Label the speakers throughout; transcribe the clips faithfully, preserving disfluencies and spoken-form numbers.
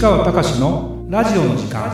Speaker 1: 川隆のラジオの時間。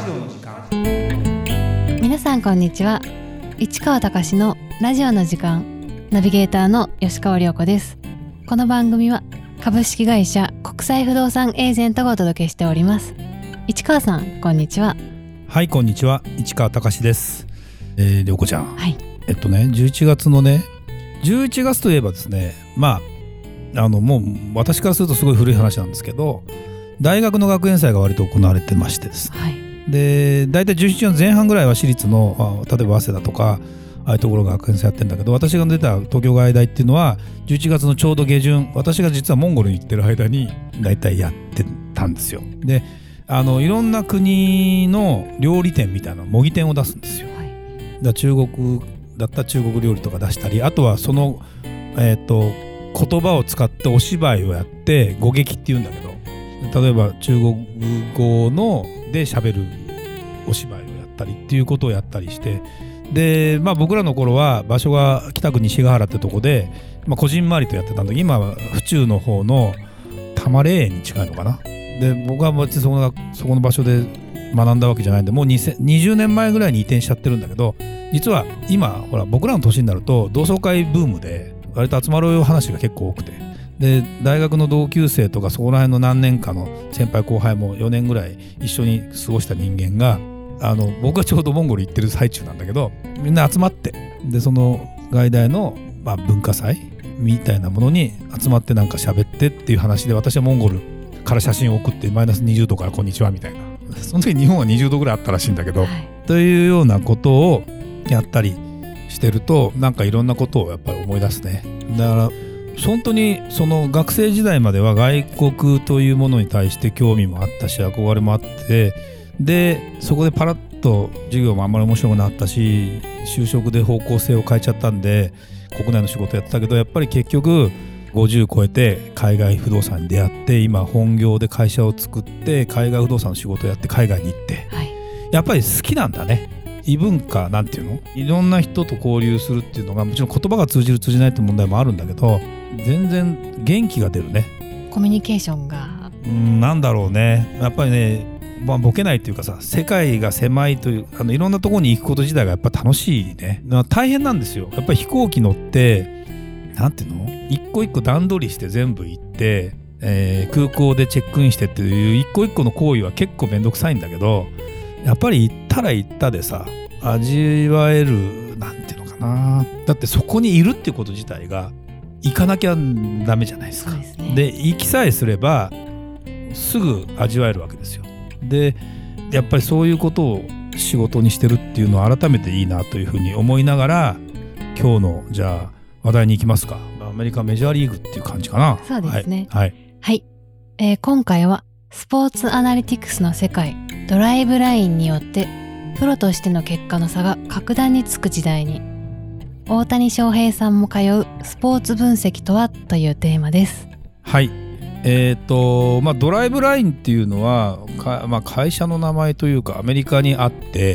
Speaker 2: 皆さんこんにちは。市川隆のラジオの時間、ナビゲーターの吉川亮子です。この番組は株式会社国際不動産エージェントがお届けしております。市川さんこんにちは。
Speaker 3: はい、こんにちは、市川隆です。えー、亮子ちゃん、
Speaker 2: はい、
Speaker 3: えっとねじゅういちがつのねじゅういちがつといえばですね、まああのもう私からするとすごい古い話なんですけど、大学の学園祭が割と行われてましてですね、
Speaker 2: はい、
Speaker 3: で大体じゅういちがつの前半ぐらいは私立の例えば早稲田とかああいうところが学園祭やってるんだけど、私が出た東京外大っていうのはじゅういちがつのちょうど下旬、私が実はモンゴルに行ってる間に大体やってたんですよ。であのいろんな国の料理店みたいな模擬店を出すんですよ。はい、だから中国だったら中国料理とか出したり、あとはその、えーと、言葉を使ってお芝居をやって語劇っていうんだけど、例えば中国語ので喋るお芝居をやったりっていうことをやったりして、で、まあ、僕らの頃は場所が北区西ヶ原ってとこで、まあ、こじんまりとやってたんだけど、今は府中の方の多摩霊園に近いのかな。で僕は別にそこの、そこの場所で学んだわけじゃないんで、もうにじゅうねんまえぐらいに移転しちゃってるんだけど、実は今ほら僕らの年になると同窓会ブームで割と集まる話が結構多くて、で大学の同級生とかそこら辺の何年かの先輩後輩もよねんぐらい一緒に過ごした人間が、あの僕がちょうどモンゴル行ってる最中なんだけど、みんな集まって、でその外大の、まあ、文化祭みたいなものに集まってなんか喋ってっていう話で、私はモンゴルから写真を送ってマイナスにじゅうどからこんにちはみたいな、その時日本はにじゅうどぐらいあったらしいんだけど、はい、というようなことをやったりしてると、なんかいろんなことをやっぱり思い出すね。だから本当にその学生時代までは外国というものに対して興味もあったし憧れもあって、でそこでパラッと授業もあんまり面白くなったし、就職で方向性を変えちゃったんで国内の仕事やってたけど、やっぱり結局ごじゅう超えて海外不動産に出会って、今本業で会社を作って海外不動産の仕事をやって海外に行って、はい、やっぱり好きなんだね。異文化なんていうの、いろんな人と交流するっていうのが、もちろん言葉が通じる通じないって問題もあるんだけど、全然元気が出るね。
Speaker 2: コミュニケーションが
Speaker 3: うんなんだろうね、やっぱりね、まあ、ボケないっていうかさ、世界が狭いという、あのいろんなところに行くこと自体がやっぱ楽しいね。大変なんですよ。やっぱり飛行機乗ってなんていうの、一個一個段取りして全部行って、えー、空港でチェックインしてっていう一個一個の行為は結構めんどくさいんだけど、やっぱり行ったら行ったでさ、味わえる、なんていうのかな、だってそこにいるっていうこと自体が行かなきゃダメじゃないですか。そうですね。で行きさえすればすぐ味わえるわけですよ。でやっぱりそういうことを仕事にしてるっていうのは改めていいなというふうに思いながら、今日のじゃあ話題に行きますか。アメリカメジャーリーグっていう感じかな。
Speaker 2: そうですね。
Speaker 3: はい、はい
Speaker 2: はいえー、今回はスポーツアナリティクスの世界、ドライブラインによってプロとしての結果の差が格段につく時代に、大谷翔平さんも通うスポーツ分析とは、というテーマです。
Speaker 3: はい、えーとまあ、ドライブラインっていうのはか、まあ、会社の名前というかアメリカにあって、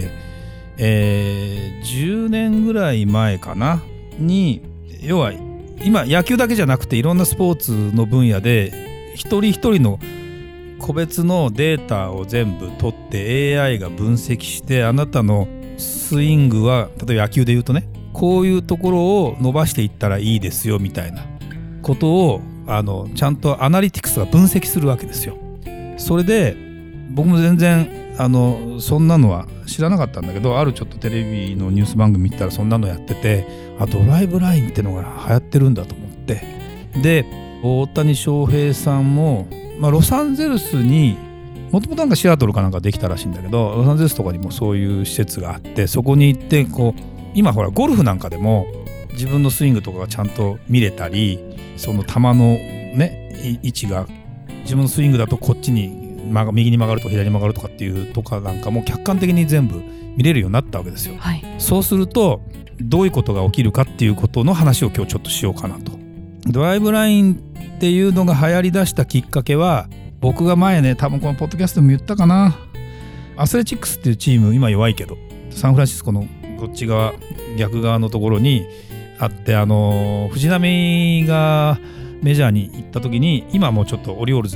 Speaker 3: えー、じゅうねんぐらい前かなに、要は今野球だけじゃなくていろんなスポーツの分野で一人一人の個別のデータを全部取って エーアイ が分析して、あなたのスイングは例えば野球で言うとね、こういうところを伸ばしていったらいいですよみたいなことをあのちゃんとアナリティクスが分析するわけですよ。それで僕も全然あのそんなのは知らなかったんだけど、あるちょっとテレビのニュース番組見たらそんなのやってて、あドライブラインってのが流行ってるんだと思って、で大谷翔平さんも、まあ、ロサンゼルスにもともとなんかシアトルかなんかできたらしいんだけど、ロサンゼルスとかにもそういう施設があって、そこに行ってこう今ほらゴルフなんかでも自分のスイングとかがちゃんと見れたり、その球のね位置が自分のスイングだとこっちに右に曲がると左に曲がるとかっていうとかなんかも客観的に全部見れるようになったわけですよ。はい、そうするとどういうことが起きるかっていうことの話を今日ちょっとしようかなと。ドライブラインっていうのが流行り出したきっかけは、僕が前ね多分このポッドキャストでも言ったかな、アスレチックスっていうチーム今弱いけどサンフランシスコのこっち側逆側のところにあって、あの藤浪がメジャーに行った時に今もうちょっとオリオールズに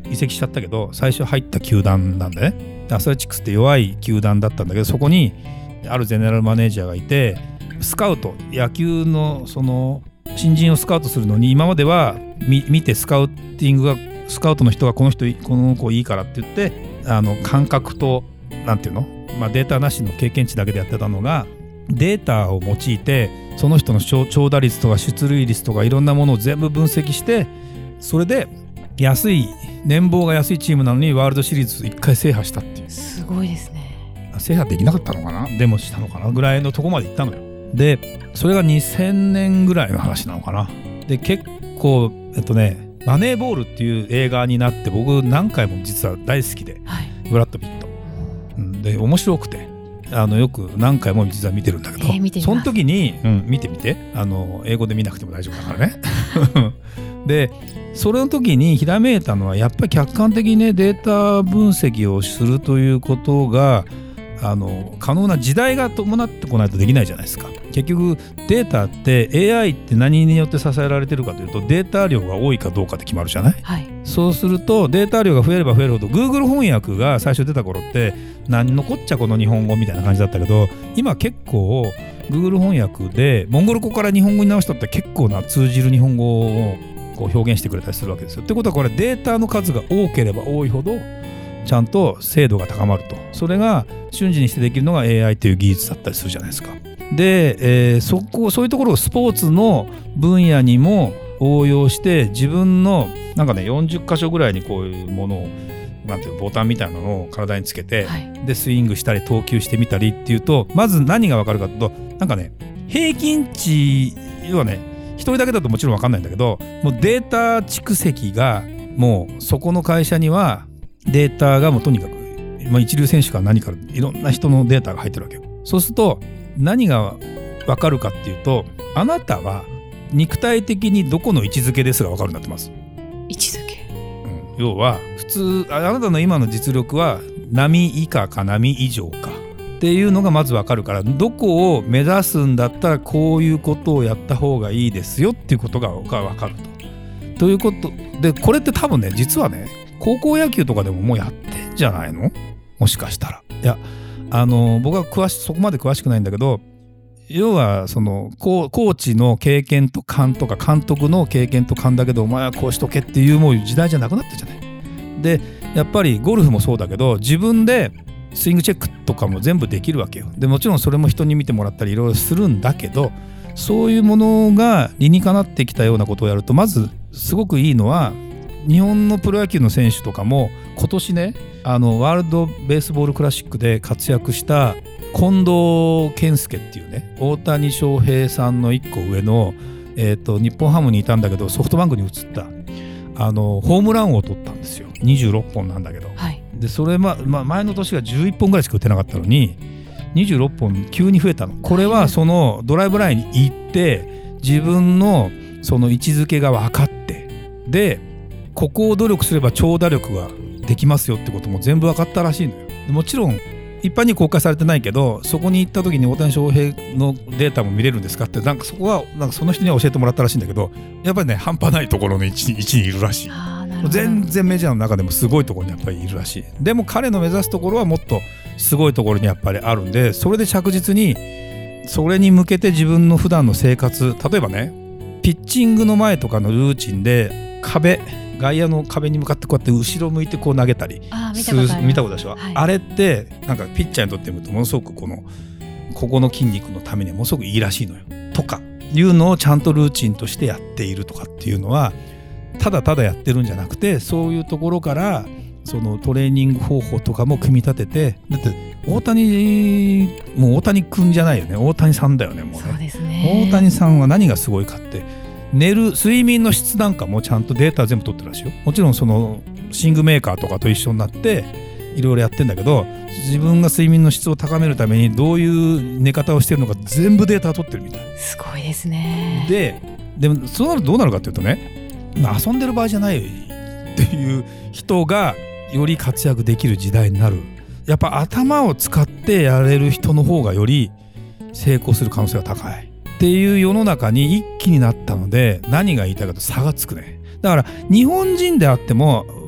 Speaker 3: 移籍しちゃったけど最初入った球団なんだね。アスレチックスって弱い球団だったんだけど、そこにあるゼネラルマネージャーがいて、スカウト野球のその新人をスカウトするのに今までは見てスカウティングがスカウトの人がこの人この子いいからって言ってあの感覚となんていうの、まあ、データなしの経験値だけでやってたのが、データを用いてその人の長打率とか出塁率とかいろんなものを全部分析して、それで安い年俸が安いチームなのにワールドシリーズいっかい制覇したっていう。
Speaker 2: すごいですね。
Speaker 3: 制覇できなかったのかな、でもしたのかなぐらいのとこまで行ったのよ。でそれがにせんねんぐらいの話なのかな。で結構えっとねマネーボールっていう映画になって僕何回も実は大好きで、はい、ブラッド・ピット、うん、で面白くてあのよく何回も実は見てるんだけど、えー、その時に、うん、見てみて、あの英語で見なくても大丈夫だからねでそれの時にひらめいたのはやっぱり客観的にねデータ分析をするということがあの可能な時代が伴ってこないとできないじゃないですか。結局データって エーアイ って何によって支えられてるかというとデータ量が多いかどうかで決まるじゃない、はい、そうするとデータ量が増えれば増えるほど Google 翻訳が最初出た頃って何のこっちゃこの日本語みたいな感じだったけど、今結構 Google 翻訳でモンゴル語から日本語に直したって結構な通じる日本語をこう表現してくれたりするわけですよ。ってことはこれデータの数が多ければ多いほどちゃんと精度が高まると。それが瞬時にしてできるのが エーアイ という技術だったりするじゃないですか。で、えー、そこそういうところをスポーツの分野にも応用して自分のなんかねよんじゅっかしょぐらいにこういうものをなんていうボタンみたいなのを体につけて、はい、でスイングしたり投球してみたりっていうとまず何が分かるかというとなんかね平均値はね一人だけだともちろん分かんないんだけどもうデータ蓄積がもうそこの会社にはデータがもうとにかく、まあ、一流選手から何からいろんな人のデータが入ってるわけよ。そうすると何が分かるかっていうとあなたは肉体的にどこの位置づけですら分かるようになってます。
Speaker 2: 位置づけ、
Speaker 3: うん、要は普通あなたの今の実力は波以下か波以上かっていうのがまず分かるから、どこを目指すんだったらこういうことをやった方がいいですよっていうことが分かると。ということでこれって多分ね実はね高校野球とかでももうやってんじゃないの？もしかしたら。いやあの僕は詳しそこまで詳しくないんだけど、要はそのコーチの経験と勘とか監督の経験と勘だけどお前はこうしとけっていうもう時代じゃなくなってるじゃない。でやっぱりゴルフもそうだけど自分でスイングチェックとかも全部できるわけよ。でもちろんそれも人に見てもらったりいろいろするんだけど、そういうものが理にかなってきたようなことをやるとまずすごくいいのは日本のプロ野球の選手とかも今年ねあのワールドベースボールクラシックで活躍した近藤健介っていうね大谷翔平さんのいっこ上の、えーと、日本ハムにいたんだけどソフトバンクに移ったあのホームラン王を取ったんですよ。にじゅうろっぽんなんだけど、はい、でそれ、まま、前の年がじゅういっぽんぐらいしか打てなかったのににじゅうろっぽん急に増えたの。これはそのドライブラインに行って自分のその位置づけが分かってでここを努力すれば長打力ができますよってことも全部分かったらしいのよ。もちろん一般に公開されてないけどそこに行った時に大谷翔平のデータも見れるんですかってなんかそこはなんかその人には教えてもらったらしいんだけど、やっぱりね半端ないところの位置に、位置にいるらしい。全然メジャーの中でもすごいところにやっぱりいるらしい。でも彼の目指すところはもっとすごいところにやっぱりあるんで、それで着実にそれに向けて自分の普段の生活、例えばねピッチングの前とかのルーチンで壁外野の壁に向かってこうやって後ろ向いてこう投げたりする、見たことでしょ、はい、あれってなんかピッチャーにとってみるとものすごくこのここの筋肉のためにはものすごくいいらしいのよとかいうのをちゃんとルーチンとしてやっているとかっていうのはただただやってるんじゃなくて、そういうところからそのトレーニング方法とかも組み立てて、だって大谷もう大谷くんじゃないよね、大谷さんだよねもうね。
Speaker 2: そうですね。
Speaker 3: 大谷さんは何がすごいかって寝る睡眠の質なんかもちゃんとデータ全部取ってるらしいよ。もちろんその寝具メーカーとかと一緒になっていろいろやってんだけど、自分が睡眠の質を高めるためにどういう寝方をしてるのか全部データ取ってるみたい。
Speaker 2: すごいですね。
Speaker 3: で、でもそうなるとどうなるかっていうとね、まあ、遊んでる場合じゃないっていう人がより活躍できる時代になる。やっぱ頭を使ってやれる人の方がより成功する可能性が高いっていう世の中に一気になったので、何が言いたいかと差がつくね。だから日本人であっても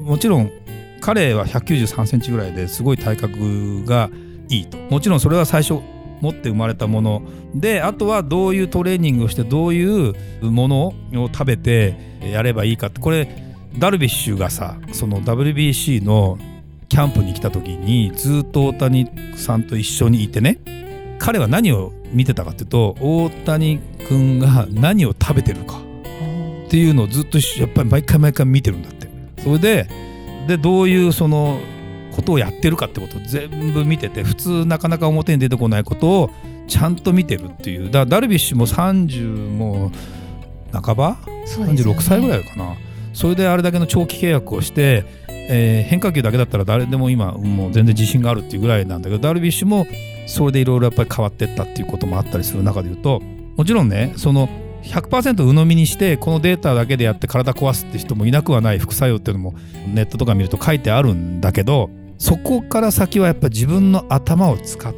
Speaker 3: もちろん彼はひゃくきゅうじゅうさんセンチぐらいですごい体格がいいと。もちろんそれは最初持って生まれたもので、あとはどういうトレーニングをしてどういうものを食べてやればいいかって。これダルビッシュがさ、その ダブリュービーシー のキャンプに来た時にずっと大谷さんと一緒にいてね、彼は何を見てたかっていうと、大谷君が何を食べてるかっていうのをずっとやっぱり毎回毎回見てるんだって。それででどういうそのことをやってるかってことを全部見てて、普通なかなか表に出てこないことをちゃんと見てるっていう。だからダルビッシュもさんじゅうも半ば、
Speaker 2: そうですよね、
Speaker 3: さんじゅうろくさいぐらいかな。それであれだけの長期契約をして、えー、変化球だけだったら誰でも今もう全然自信があるっていうぐらいなんだけど、ダルビッシュもそれでいろいろやっぱり変わってったっていうこともあったりする中で言うと、もちろんね、その ひゃくパーセント 鵜呑みにしてこのデータだけでやって体壊すって人もいなくはない。副作用っていうのもネットとか見ると書いてあるんだけど、そこから先はやっぱり自分の頭を使って、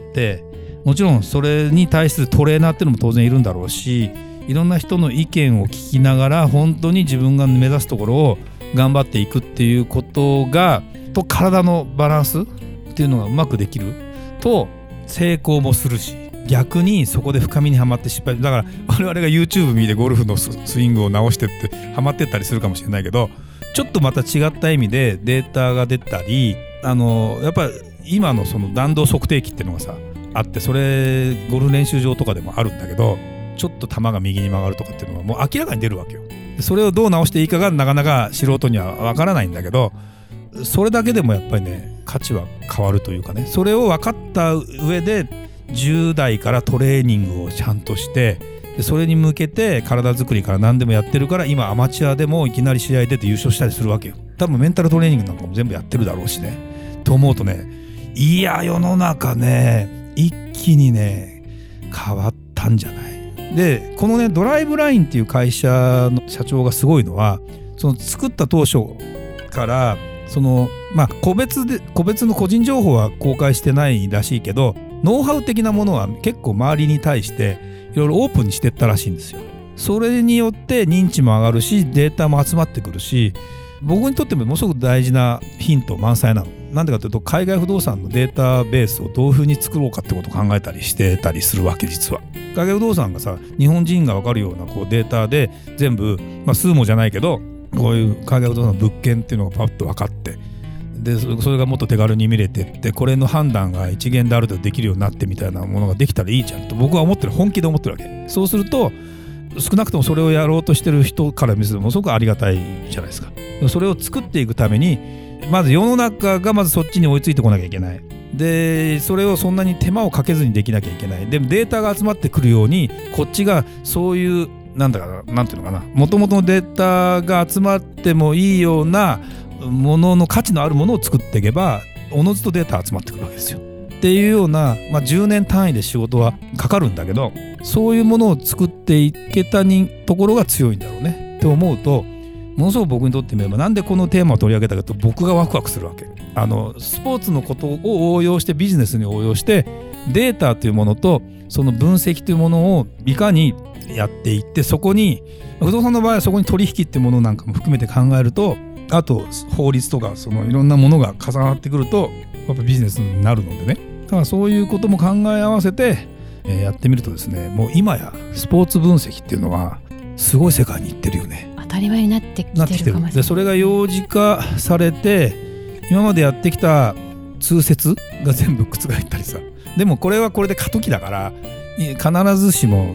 Speaker 3: もちろんそれに対するトレーナーっていうのも当然いるんだろうし、いろんな人の意見を聞きながら本当に自分が目指すところを頑張っていくっていうことがと、体のバランスっていうのがうまくできると成功もするし、逆にそこで深みにはまって失敗。だから我々が YouTube 見てゴルフのスイングを直してってはまってったりするかもしれないけど、ちょっとまた違った意味でデータが出たり、あのやっぱり今のその弾道測定器っていうのがさあって、それゴルフ練習場とかでもあるんだけど、ちょっと球が右に曲がるとかっていうのがもう明らかに出るわけよ。それをどう直していいかがなかなか素人には分からないんだけど、それだけでもやっぱりね価値は変わるというかね、それを分かった上でじゅう代からトレーニングをちゃんとして、でそれに向けて体作りから何でもやってるから、今アマチュアでもいきなり試合出て優勝したりするわけよ。多分メンタルトレーニングなんかも全部やってるだろうしね。と思うとね、いや世の中ね一気にね変わったんじゃない。でこのねドライブラインっていう会社の社長がすごいのは、その作った当初からそのまあ個別で個別の個人情報は公開してないらしいけど、ノウハウ的なものは結構周りに対していろいろオープンにしてったらしいんですよ。それによって認知も上がるし、データも集まってくるし、僕にとってもものすごく大事なヒント満載なの。なんでかというと、海外不動産のデータベースをどういうふうに作ろうかってことを考えたりしてたりするわけ。実は海外不動産がさ、日本人が分かるようなこうデータで全部、まあ、数もじゃないけどこういう海外不動産の物件っていうのがパッと分かって、でそれがもっと手軽に見れてって、これの判断が一元である程度できるようになってみたいなものができたらいいじゃんと僕は思ってる。本気で思ってるわけ。そうすると少なくともそれをやろうとしてる人から見せてもすごくありがたいじゃないですか。それを作っていくためにまず世の中がまずそっちに追いついてこなきゃいけない。でそれをそんなに手間をかけずにできなきゃいけない。でもデータが集まってくるようにこっちがそういうなんだかな、なんていうのかな、もともとのデータが集まってもいいようなものの価値のあるものを作っていけばおのずとデータ集まってくるわけですよっていうような、まあ、じゅうねん単位で仕事はかかるんだけど、そういうものを作っていけたにところが強いんだろうねって思うと、ものすごく僕にとってみればなんでこのテーマを取り上げたかと僕がワクワクするわけ。あのスポーツのことを応用してビジネスに応用してデータというものとその分析というものをいかにやっていって、そこに不動産の場合はそこに取引っていうものなんかも含めて考えると、あと法律とかそのいろんなものが重なってくるとやっぱビジネスになるのでね。だからそういうことも考え合わせてやってみるとですね、もう今やスポーツ分析っていうのはすごい世界に行ってるよね。
Speaker 2: 当たり前になってきてるかもしれない。
Speaker 3: でそれが幼児化されて今までやってきた通説が全部覆ったりさ。でもこれはこれで過渡期だから必ずしも、うん、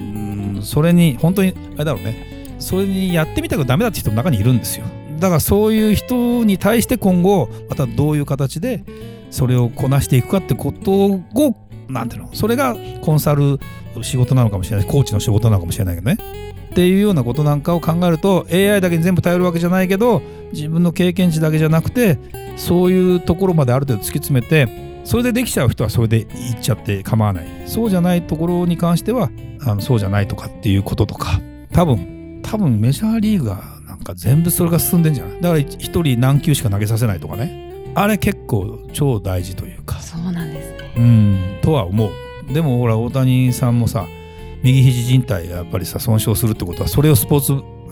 Speaker 3: それに本当にあれだろうね、それにやってみたらダメだって人の中にいるんですよ。だからそういう人に対して今後またどういう形でそれをこなしていくかってことをなんていうの、それがコンサル仕事なのかもしれない、コーチの仕事なのかもしれないけどねっていうようなことなんかを考えると エーアイ だけに全部頼るわけじゃないけど、自分の経験値だけじゃなくてそういうところまである程度突き詰めて、それでできちゃう人はそれでいっちゃって構わない。そうじゃないところに関してはあのそうじゃないとかっていうこととか、多分多分メジャーリーグがなんか全部それが進んでんじゃない。だから一人何球しか投げさせないとかね、あれ結構超大事というか。
Speaker 2: そうなんですね。
Speaker 3: うんとは思う。でもほら大谷さんもさ、右肘靭帯がやっぱりさ損傷するってことは、それをスポーツ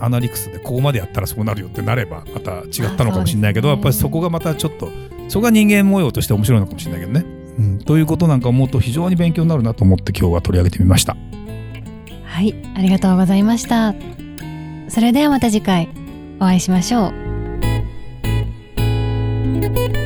Speaker 3: アナリクスでここまでやったらそうなるよってなればまた違ったのかもしれないけど、やっぱりそこがまたちょっとそこが人間模様として面白いのかもしれないけどね、うん、ということなんか思うと非常に勉強になるなと思って今日は取り上げてみました。
Speaker 2: はい、ありがとうございました。それではまた次回お会いしましょう。